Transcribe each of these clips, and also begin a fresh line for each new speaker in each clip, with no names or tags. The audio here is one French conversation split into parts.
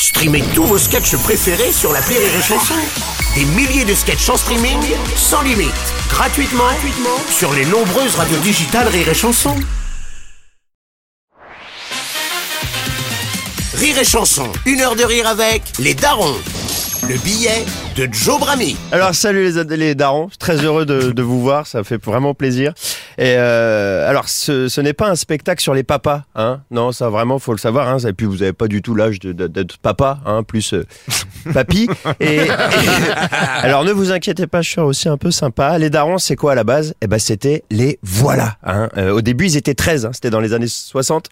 Streamez tous vos sketchs préférés sur l'appli Rire et Chanson. Des milliers de sketchs en streaming, sans limite, gratuitement sur les nombreuses radios digitales Rire et Chanson. Rire et Chanson, 1 heure de rire avec les darons. Le billet de Joe Brami.
Alors salut les darons, très heureux de vous voir, ça fait vraiment plaisir. Et alors ce n'est pas un spectacle sur les papas, hein. Non, ça vraiment faut le savoir, hein. Et puis vous avez pas du tout l'âge d'être papa, hein, plus papy. Et alors ne vous inquiétez pas, je suis aussi un peu sympa. Les darons, c'est quoi à la base ? Eh ben c'était les voilà, hein. Au début ils étaient 13, hein. C'était dans les années 60.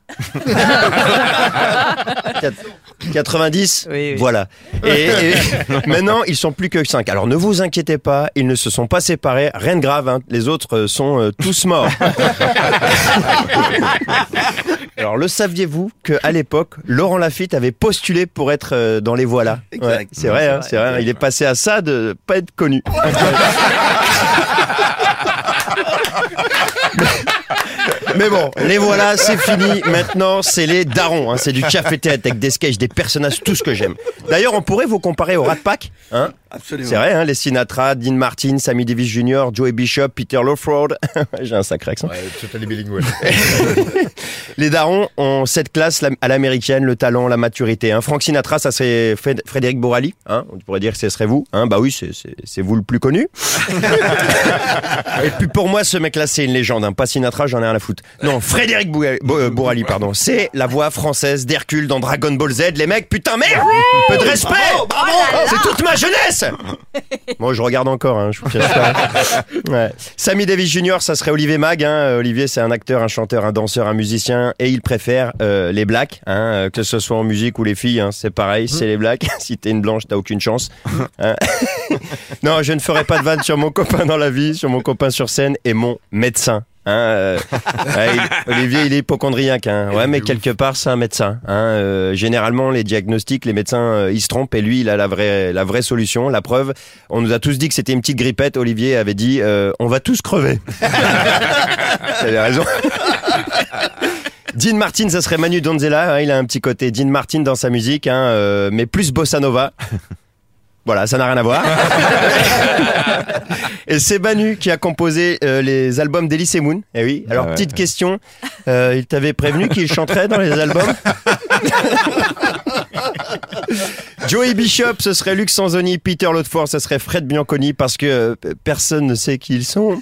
90, oui. Voilà. Et maintenant, ils sont plus que 5. Alors ne vous inquiétez pas, ils ne se sont pas séparés, rien de grave, hein. Les autres sont tous morts. Alors le saviez-vous qu'à l'époque, Laurent Lafitte avait postulé pour être dans les voilà. Ouais, c'est vrai, hein, c'est vrai. Il est passé à ça de pas être connu. Mais bon, les voilà, c'est fini. Maintenant, c'est les darons, hein. C'est du café-tête avec des sketchs, des personnages, tout ce que j'aime. D'ailleurs, on pourrait vous comparer au Rat Pack, hein. Absolument. C'est vrai, hein, les Sinatra, Dean Martin, Sammy Davis Jr., Joey Bishop, Peter Lawford. J'ai un sacré accent.
Ouais, totalement bilingual.
Les darons ont cette classe à l'américaine, le talent, la maturité, hein. Frank Sinatra, ça serait Frédéric Bourali, hein. On pourrait dire que ce serait vous, hein. Bah oui, c'est vous le plus connu. Et puis pour moi, ce mec-là, c'est une légende, hein. Pas Sinatra, j'en ai rien à foutre. Non, Frédéric Bourali, pardon. C'est la voix française d'Hercule dans Dragon Ball Z. Les mecs, putain, merde! Peu de respect! Bravo, c'est toute ma jeunesse! Moi, je regarde encore, hein, je vous cache pas. Ouais. Sammy Davis Jr., ça serait Olivier Mag, hein. Olivier, c'est un acteur, un chanteur, un danseur, un musicien, et il préfère les blacks, hein, que ce soit en musique ou les filles, hein, c'est pareil, c'est les blacks. Si t'es une blanche, t'as aucune chance. Hein. Non, je ne ferai pas de vanne sur mon copain dans la vie, sur mon copain sur scène et mon médecin. Hein, Olivier, il est hypocondriaque, hein. Ouais, mais quelque part, c'est un médecin, hein. Généralement, les diagnostics, les médecins, ils se trompent, et lui, il a la vraie solution. La preuve, on nous a tous dit que c'était une petite grippette. Olivier avait dit, on va tous crever. Il avait raison. Dean Martin, ça serait Manu Donzella, hein. Il a un petit côté Dean Martin dans sa musique, hein, mais plus bossa nova. Voilà, ça n'a rien à voir. Et c'est Manu qui a composé les albums d'Elysée Moon. Eh oui. Alors, petite question, il t'avait prévenu qu'il chanterait dans les albums ? Joey Bishop, ce serait Luc Sanzoni. Peter Lawford, ce serait Fred Bianconi, parce que personne ne sait qui ils sont.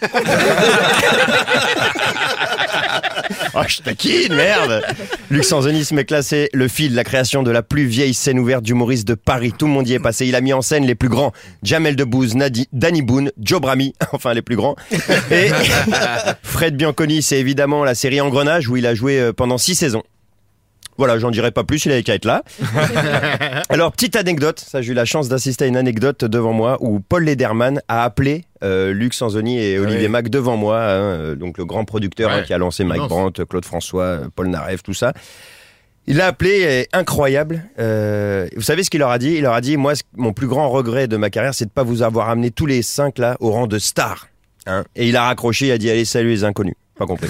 Oh, je taquine, merde. Luc Sanzoni, ce mec-là, c'est le fil, la création de la plus vieille scène ouverte d'humoriste de Paris. Tout le monde y est passé. Il a mis en scène les plus grands. Jamel Debbouze, Danny Boone, Joe Brami, enfin les plus grands. Et Fred Bianconi, c'est évidemment la série Engrenage, où il a joué pendant 6 saisons. Voilà, j'en dirai pas plus, il avait qu'à être là. Alors, petite anecdote, ça j'ai eu la chance d'assister à une anecdote devant moi où Paul Lederman a appelé Luc Sanzoni et Olivier Mag devant moi, hein, donc le grand producteur, hein, qui a lancé Mike Brandt, Claude François, Paul Naref, tout ça. Il l'a appelé, incroyable. Vous savez ce qu'il leur a dit ? Il leur a dit, moi, mon plus grand regret de ma carrière, c'est de pas vous avoir amené tous les 5 là au rang de stars. Hein. Et il a raccroché, il a dit, allez, salut les inconnus. Pas compris.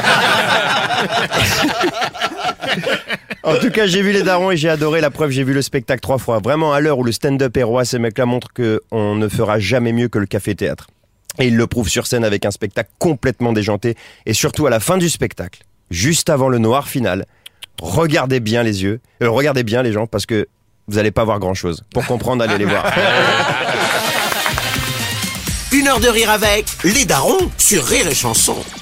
En tout cas, j'ai vu les darons et j'ai adoré. La preuve, j'ai vu le spectacle 3 fois. Vraiment, à l'heure où le stand-up est roi, ces mecs-là montrent qu'on ne fera jamais mieux que le café-théâtre. Et ils le prouvent sur scène avec un spectacle complètement déjanté. Et surtout, à la fin du spectacle, juste avant le noir final, regardez bien les yeux, regardez bien les gens, parce que vous n'allez pas voir grand-chose. Pour comprendre, allez les voir.
1 heure de rire avec les darons sur Rire et Chanson.